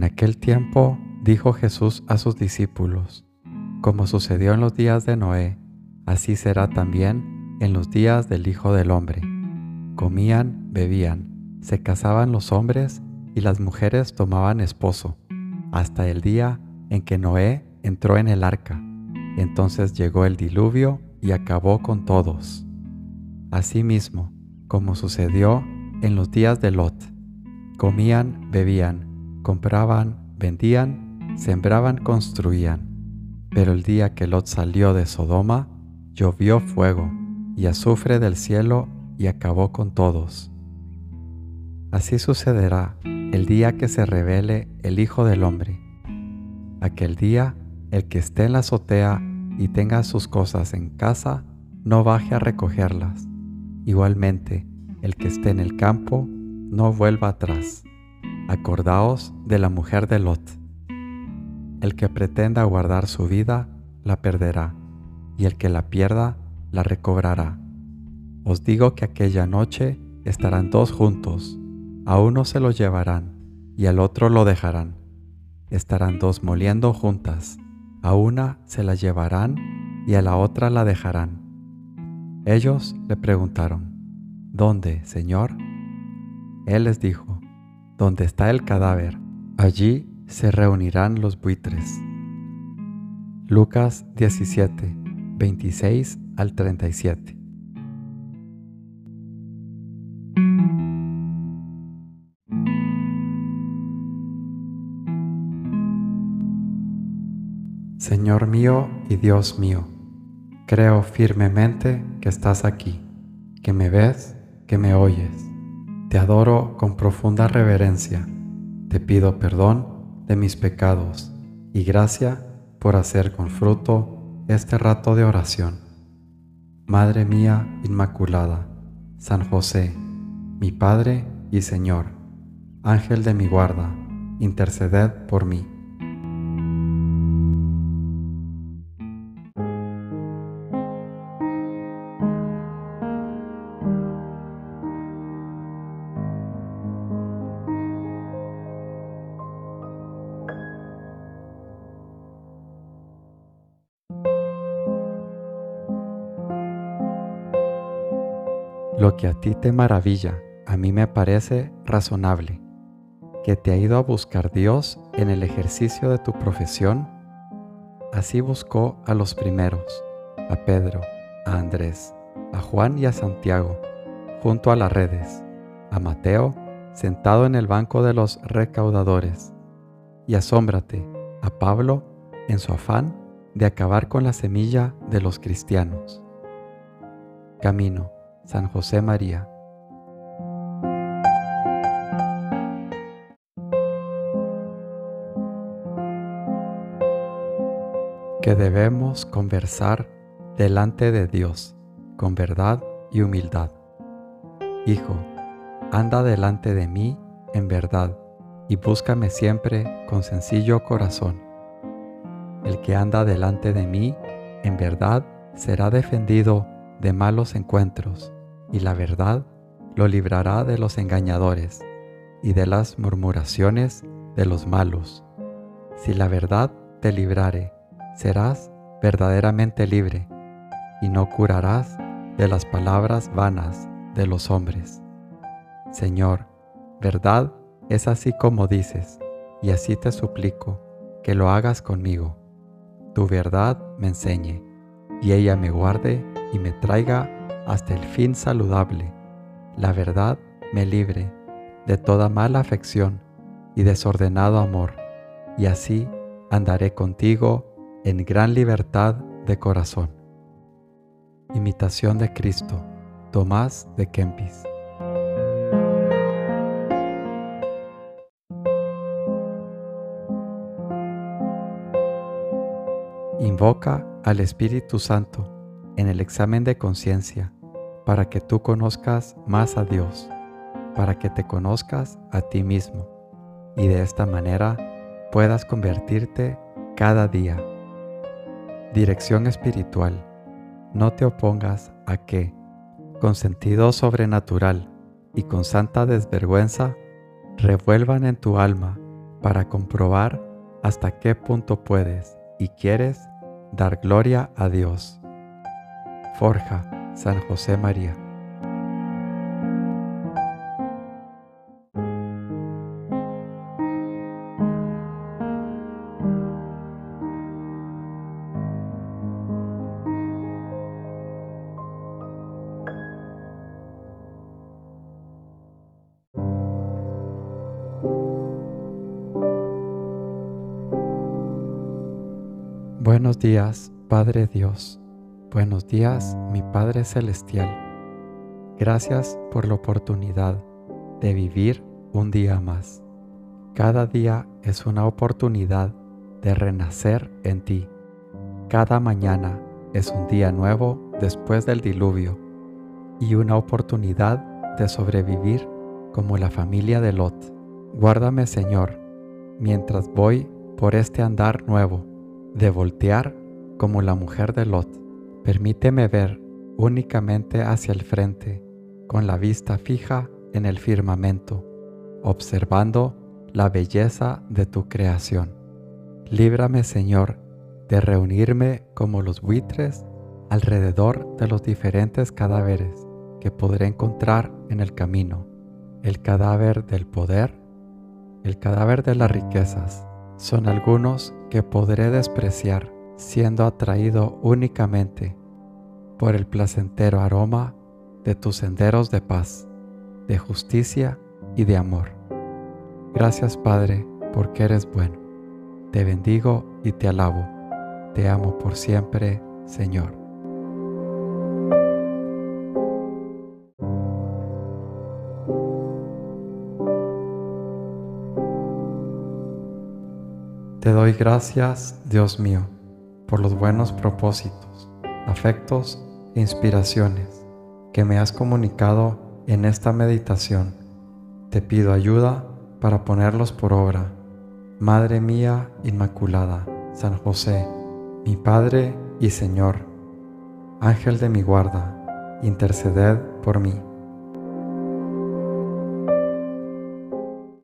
En aquel tiempo dijo Jesús a sus discípulos: como sucedió en los días de Noé, así será también en los días del Hijo del Hombre. Comían, bebían, se casaban los hombres y las mujeres tomaban esposo, hasta el día en que Noé entró en el arca. Entonces llegó el diluvio y acabó con todos. Asimismo, como sucedió en los días de Lot, comían, bebían, compraban, vendían, sembraban, construían. Pero el día que Lot salió de Sodoma, llovió fuego y azufre del cielo y acabó con todos. Así sucederá el día que se revele el Hijo del Hombre. Aquel día, el que esté en la azotea y tenga sus cosas en casa, no baje a recogerlas. Igualmente, el que esté en el campo, no vuelva atrás. Acordaos de la mujer de Lot. El que pretenda guardar su vida, la perderá, y el que la pierda, la recobrará. Os digo que aquella noche estarán dos juntos, a uno se lo llevarán, y al otro lo dejarán. Estarán dos moliendo juntas, a una se la llevarán, y a la otra la dejarán. Ellos le preguntaron: ¿Dónde, Señor? Él les dijo: ¿Dónde está el cadáver? Allí se reunirán los buitres. Lucas 17, 26 al 37. Señor mío y Dios mío, creo firmemente que estás aquí, que me ves, que me oyes. Te adoro con profunda reverencia. Te pido perdón de mis pecados y gracia por hacer con fruto este rato de oración. Madre mía Inmaculada, San José, mi Padre y Señor, Ángel de mi guarda, interceded por mí. Lo que a ti te maravilla, a mí me parece razonable. Que te ha ido a buscar Dios en el ejercicio de tu profesión, así buscó a los primeros, a Pedro, a Andrés, a Juan y a Santiago, junto a las redes, a Mateo, sentado en el banco de los recaudadores, y asómbrate a Pablo en su afán de acabar con la semilla de los cristianos. Camino, San José María. Que debemos conversar delante de Dios con verdad y humildad. Hijo, anda delante de mí en verdad y búscame siempre con sencillo corazón. El que anda delante de mí en verdad será defendido de malos encuentros, y la verdad lo librará de los engañadores y de las murmuraciones de los malos. Si la verdad te librare, serás verdaderamente libre, y no curarás de las palabras vanas de los hombres. Señor, verdad es así como dices, y así te suplico que lo hagas conmigo. Tu verdad me enseñe, y ella me guarde y me traiga hasta el fin saludable. La verdad me libre de toda mala afección y desordenado amor, y así andaré contigo en gran libertad de corazón. Imitación de Cristo, Tomás de Kempis. Invoca al Espíritu Santo en el examen de conciencia para que tú conozcas más a Dios, para que te conozcas a ti mismo y de esta manera puedas convertirte cada día. Dirección espiritual. No te opongas a que, con sentido sobrenatural y con santa desvergüenza, revuelvan en tu alma para comprobar hasta qué punto puedes y quieres dar gloria a Dios. Forja, San José María. Buenos días, Padre Dios. Buenos días, mi Padre Celestial. Gracias por la oportunidad de vivir un día más. Cada día es una oportunidad de renacer en ti. Cada mañana es un día nuevo después del diluvio y una oportunidad de sobrevivir como la familia de Lot. Guárdame, Señor, mientras voy por este andar nuevo, de voltear como la mujer de Lot. Permíteme ver únicamente hacia el frente, con la vista fija en el firmamento, observando la belleza de tu creación. Líbrame, Señor, de reunirme como los buitres alrededor de los diferentes cadáveres que podré encontrar en el camino. El cadáver del poder, el cadáver de las riquezas, son algunos que podré despreciar, siendo atraído únicamente por el placentero aroma de tus senderos de paz, de justicia y de amor. Gracias, Padre, porque eres bueno. Te bendigo y te alabo. Te amo por siempre, Señor. Te doy gracias, Dios mío, por los buenos propósitos, afectos e inspiraciones que me has comunicado en esta meditación. Te pido ayuda para ponerlos por obra. Madre mía Inmaculada, San José, mi Padre y Señor, Ángel de mi guarda, interceded por mí.